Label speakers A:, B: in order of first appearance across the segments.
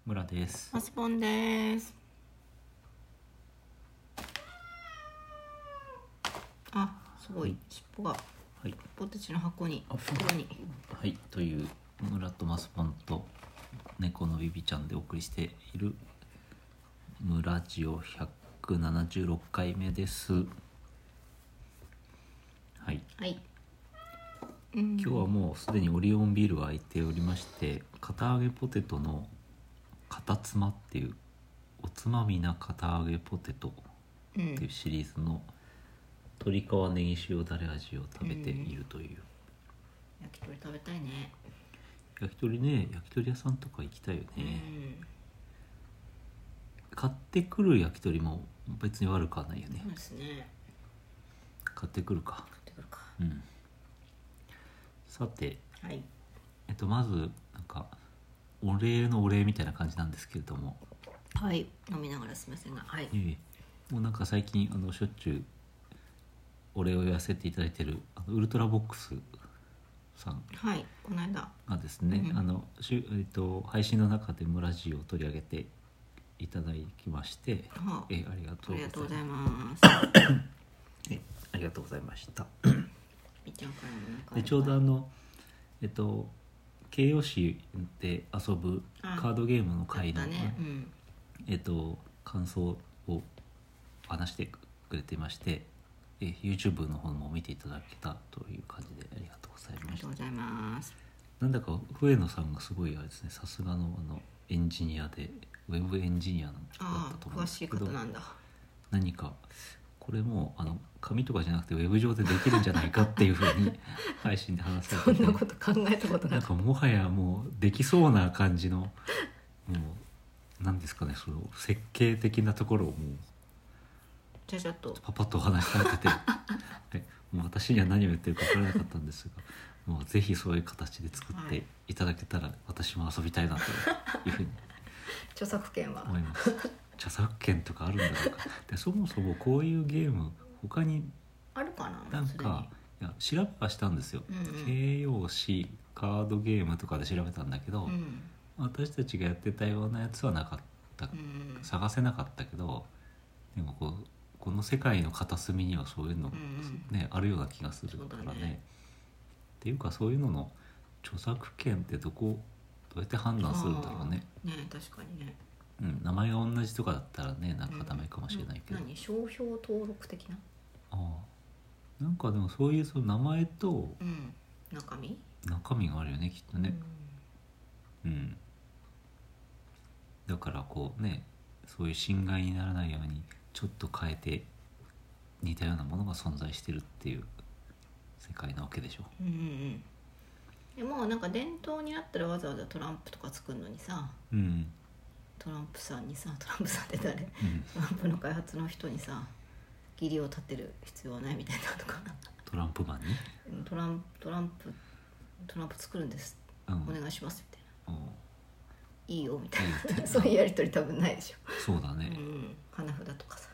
A: 村です。
B: マスポンです。あ、すごい、尻尾がポテチの箱に袋に。
A: はい、という村とマスポンと猫のビビちゃんでお送りしている村ジオ176回目です。はい。
B: はい。
A: 今日はもうすでにオリオンビールが開いておりまして、堅揚げポテトの堅つまっていうおつまみな堅揚げポテトっていうシリーズの鶏皮ネギ塩だれ味を食べているという、
B: 焼き鳥食べたいね。
A: 焼き鳥ね、焼き鳥屋さんとか行きたいよね。買ってくる焼き鳥も別に悪くはないよね。
B: そうですね。
A: 買ってくるか。さて、
B: はい。
A: まずなんかお礼のお礼みたいな感じなんですけれども、
B: はい。飲みながらすみませんが、はい。
A: もうなんか最近しょっちゅうお礼を言わせていただいているウルトラボックスさん
B: はい。この間
A: がですね、配信の中で村ジオを取り上げていただきまして、
B: あ
A: りがとうございます。ありがとうございました。
B: みちゃんからもなんか
A: でちょうど形容詞で遊ぶカードゲームの回の、感想を話してくれていまして、YouTube の方も見ていただけたという感じでありがとうございました。
B: ありがとうございます。
A: なんだか笛野さんがすごいあれですね、さすがのエンジニアでウェブエンジニアだったと思うんですけど、
B: 詳しい方なんだ。
A: 何かこれも紙とかじゃなくてウェブ上でできるんじゃないかっていうふうに配信で話されてて
B: そんなこと考えたこと
A: なんかもはやもうできそうな感じのもうなんですかね、その設計的なところをもう
B: ちゃちゃっと
A: パパッとお話しされててもう私には何を言ってるか分からなかったんですが、もうぜひそういう形で作っていただけたら私も遊びたいなというふうに
B: 著作権は
A: 思います著作権とかあるんだろうか。でそもそもこういうゲーム他に
B: あるかな。
A: なんかいや調べはしたんですよ、形容詞カードゲームとかで調べたんだけど、私たちがやってたようなやつはなかった、探せなかったけど、でもこの世界の片隅にはそういうの、あるような気がするからね。っていうかそういうのの著作権ってどうやって判断するんだろうね。
B: 確かにね。
A: 名前が同じとかだったらね、なんかダメかもしれないけど、
B: 商標登録的な。
A: なんかでもそういうその名前と
B: 中
A: 身があるよねきっとね。だからこうね、そういう侵害にならないようにちょっと変えて似たようなものが存在してるっていう世界なわけでしょ。
B: でもなんか伝統になったらわざわざトランプとか作るのにさ、トランプさんにさ、トランプさんって誰、トランプの開発の人にさ義理を立てる必要はないみたいなとか
A: トランプマンに
B: トランプ作るんです、お願いしますみたいな、いいよみたいなそういうやり取り多分ないでしょ。
A: そうだね、
B: 花札とかさ、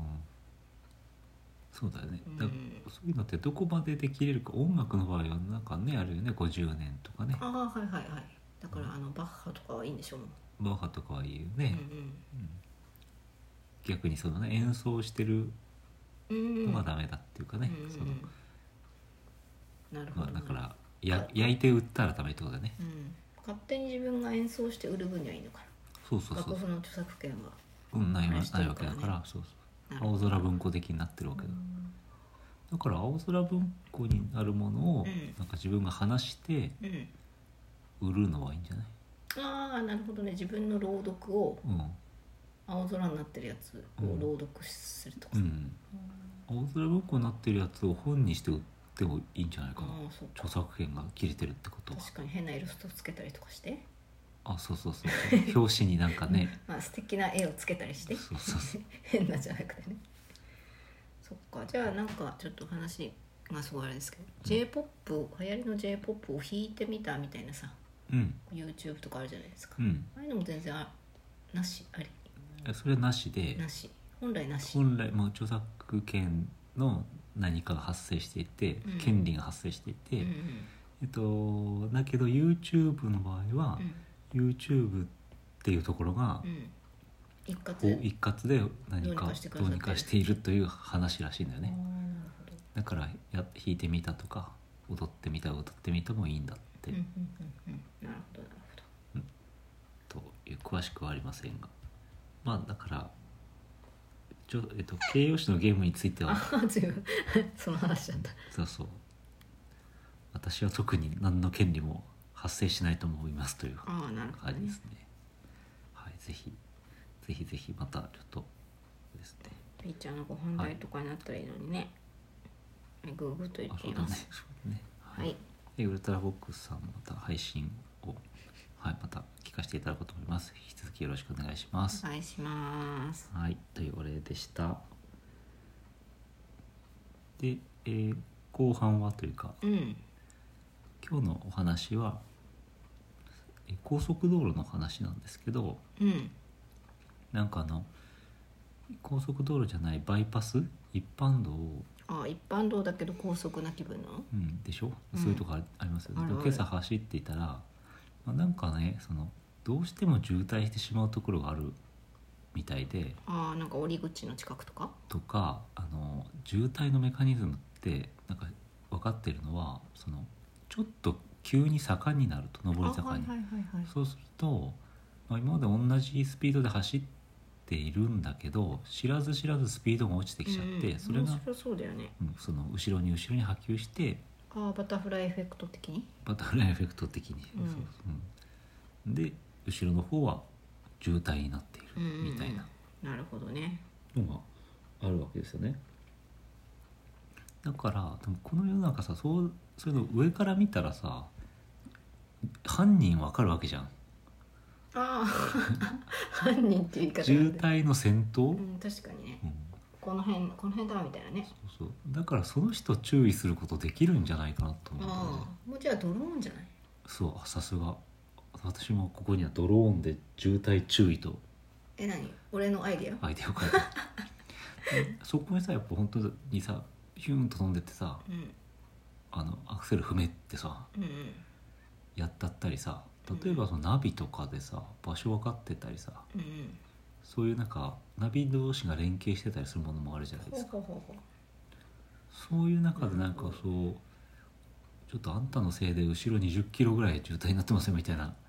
A: そうだよね。だそういうのってどこまでできれるか。音楽の場合はなんかねあるよね、50年とかね。
B: だからバッハとかはいいんでしょう。
A: バッハとかはいいよね、逆にそのね演奏してるのがダメだっていうかね、
B: なるほど、
A: だから焼いて売ったらダメってことだね。
B: 勝手に自分が演奏して売る分にはいいのかな。
A: そう
B: 楽譜の著作権は
A: ないわけだから、青空文庫的になってるわけだ。だから青空文庫になるものをなんか自分が話して売るのはいいんじゃない？
B: なるほどね。自分の朗読を、青空になってるやつを朗読するとか、
A: 青空文庫になってるやつを本にして売ってもいいんじゃないかな。著作権が切れてるってことは。
B: 確かに変なイラストをつけたりとかして、
A: 表紙になんかね
B: 素敵な絵をつけたりして変なじゃなくてね。そっか。じゃあなんかちょっと話がすごいあれですけど、J-POP 流行りの J-POP を弾いてみたみたいなさ、YouTube とかあるじゃないですか、ああいうのも全然なし、あり。
A: それはなしで、
B: 本来なし。
A: 本来もう著作権の何かが発生していて、権利が発生していて、だけど YouTube の場合は、YouTube ていうところが、
B: 一
A: こう
B: 括
A: 一括で何かどうにかしているという話らしいんだよね。
B: なるほど。
A: だから弾いてみたとか踊ってみた歌ってみてもいいんだって、
B: なるほどなるほ
A: という詳しくはありませんが、まあだから形容詞のゲームについては
B: ど。随分その話だった。
A: そう私は特に何の権利も発生しないと思いますという
B: なるほど
A: 感じ
B: ね。
A: ですね。はい、ぜひまたちょっとですね。
B: ピーちゃんのご飯代とかになったらいいのにね。グーグーと言っています。
A: そうだね。
B: はい。
A: ウルトラボックスさんまた配信を、また聞かせていただこうと思います。引き続きよろしくお願いします。
B: お願いします。
A: はい、というお礼でした。で、後半はというか、今日のお話は高速道路の話なんですけど、なんか高速道路じゃないバイパス一般道を
B: 一般道だけど高速な気分の、
A: でしょ、そういうとこありますよね。今朝走っていたら、なんかねどうしても渋滞してしまうところがあるみたいで、
B: なんか降り口の近くとか
A: 渋滞のメカニズムってなんか分かってるのはちょっと急に坂になると、上り坂に、そうすると、今まで同じスピードで走っているんだけど知らずスピードが落ちてきちゃって、それが
B: 面白そうだよね。
A: その後ろに波及して、
B: バタフライエフェクト的に
A: で後ろの方は渋滞になっているみたいな
B: なるほどね
A: のがあるわけですよね。だからでもこの世の中さ、そういうの上から見たらさ、犯人わかるわけじゃん。
B: 犯人っていう言い方
A: 渋滞の先頭、
B: 確かにね、この辺だみたいなね。
A: そうだからその人注意することできるんじゃないかなと思うんだよね。
B: もうじゃあドローンじゃない。
A: そう、さすが。私もここにはドローンで渋滞注意と
B: 何俺のアイディア
A: を書いてそこにさ、やっぱ本当にさヒューンと飛んでってさ、アクセル踏めってさ、やったりさ、例えばナビとかでさ場所分かってたりさ、そういうなんかナビ同士が連携してたりするものもあるじゃないですか。そういう中でなんかちょっとあんたのせいで後ろ20キロぐらい渋滞になってますよみたいな、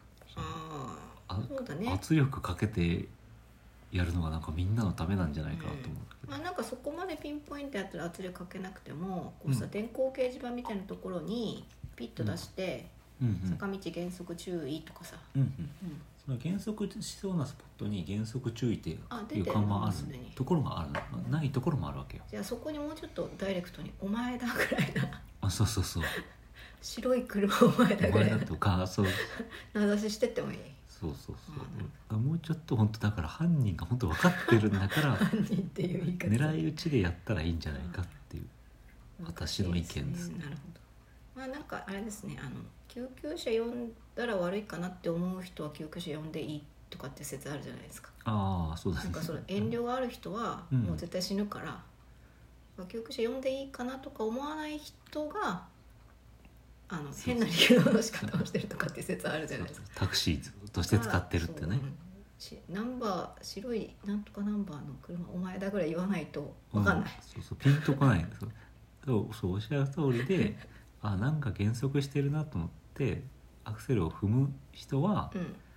B: そうだね、
A: 圧力かけてやるのがなんかみんなのためなんじゃないかなと思う。
B: なんかそこまでピンポイントやったら圧力かけなくても、こうさ電光掲示板みたいなところにピッと出して、坂道減速注意とかさ、
A: その減速しそうなスポットに減速注意っていう看板あるところがある、ないところもあるわけよ。
B: じゃあそこにもうちょっとダイレクトに「お前だ」ぐらいな。
A: そう
B: 白い車お前だぐらいな
A: とか、
B: 名指ししてってもいい。
A: もうちょっと本当だから犯人が本当分かってるんだから
B: 犯人っていう言い方、
A: 狙い撃ちでやったらいいんじゃないかっていう私の意見です。
B: なるほど。なんかあれですね、救急車呼んだら悪いかなって思う人は救急車呼んでいいとかって説あるじゃないですか。
A: そうですね。
B: なんか遠慮がある人はもう絶対死ぬから、救急車呼んでいいかなとか思わない人が変な理由の仕方をしてるとかって説あるじゃないですか。
A: タクシーとして使ってるってね。
B: ナンバー白いなんとかナンバーの車お前だぐらい言わないと分かんない、
A: ピンとこないんですよ。そうおっしゃる通りでなんか減速してるなと思ってアクセルを踏む人は、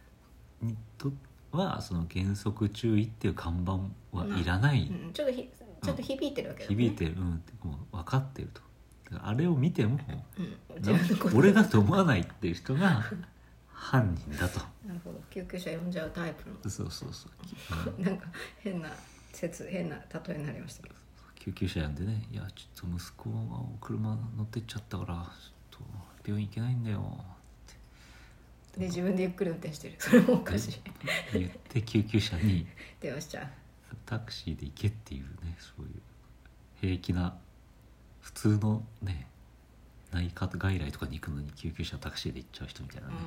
A: その減速注意っていう看板はいらない、
B: ちょっと響いてるわけだ
A: ね、響いてる、もう分かってると。あれを見ても、
B: 俺
A: だと思わないっていう人が犯人だと。
B: なるほど、救急車呼んじゃうタイプの。なんか変な例えになりましたけど、
A: 救急車呼んでね、いやちょっと息子が車乗ってっちゃったからちょっと病院行けないんだよ
B: で自分でゆっくり運転してる。それもおかしい
A: 言って救急車に
B: 電話しちゃう。
A: タクシーで行けっていうね、そういう平気な普通のね内科外来とかに行くのに救急車タクシーで行っちゃう人みたいなね、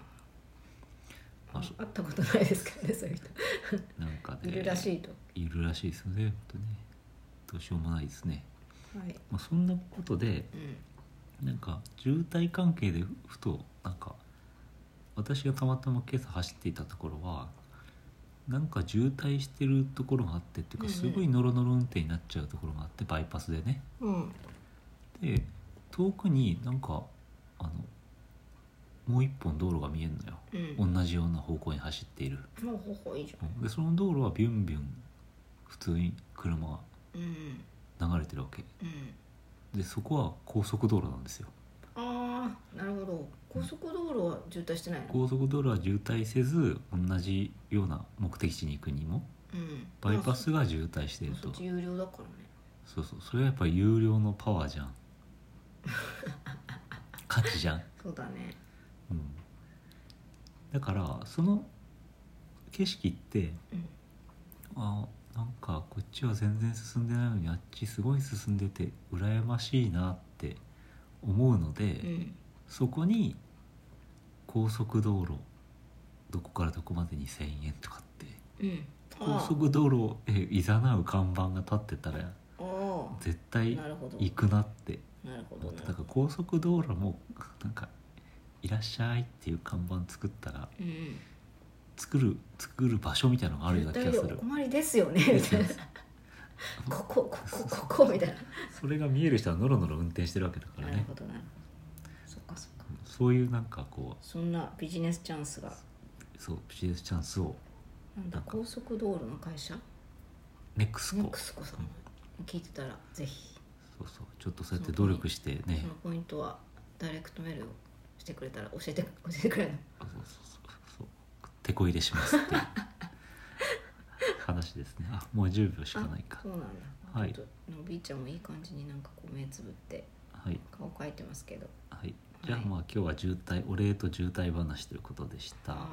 B: 会ったことないですけどね、そういう人
A: なんかね
B: いるらしい
A: ですよね。本当ね、どうしようもないですね。そんなことで、なんか渋滞関係でふとなんか私がたまたま今朝走っていたところはなんか渋滞してるところがあってっていうか、すごいノロノロ運転になっちゃうところがあって、バイパスでね。で遠くになんかもう一本道路が見えるのよ、同じような方向に走っている。
B: いいじゃん。
A: でその道路はビュンビュン普通に車が流れてるわけ、でそこは高速道路なんですよ。
B: ああ、なるほど。高速道路は渋滞してないの？
A: 高速道路は渋滞せず、同じような目的地に行くにも、バイパスが渋滞していると。
B: そっち有料だからね。
A: そうそう、それはやっぱり有料のパワーじゃん価値じゃん。
B: そうだね。
A: だからその景色って、なんかこっちは全然進んでないのにあっちすごい進んでて羨ましいなって思うので、そこに高速道路どこからどこまでに1000円とかって、高速道路へいざなう看板が立ってたら絶対行くなって思って。だから高速道路もなんかいらっしゃいっていう看板作ったら、作る場所みたいなのがあるような気がする。
B: お困りですよねみたいなここみたいな。
A: それが見える人はノロノロ運転してるわけだからね。
B: なるほどなるほど。そっかそっか。
A: そういうなんかこう、
B: そんなビジネスチャンスが。
A: そう、ビジネスチャンスを
B: なんだ、高速道路の会社
A: ネクスコ
B: さん聞いてたらぜひ。
A: そうそう、ちょっとそうやって努力してね。
B: そのポイントはダイレクトメールをしてくれたら教えてくれるの。
A: そう手こ入れしますっていう話ですね。もう10秒しかないか。
B: そうなんだ。
A: はい。
B: ちょっとのびーちゃんもいい感じになんかこう目つぶって顔描いてますけど。
A: はい。じゃあ今日はお礼と渋滞話ということでした。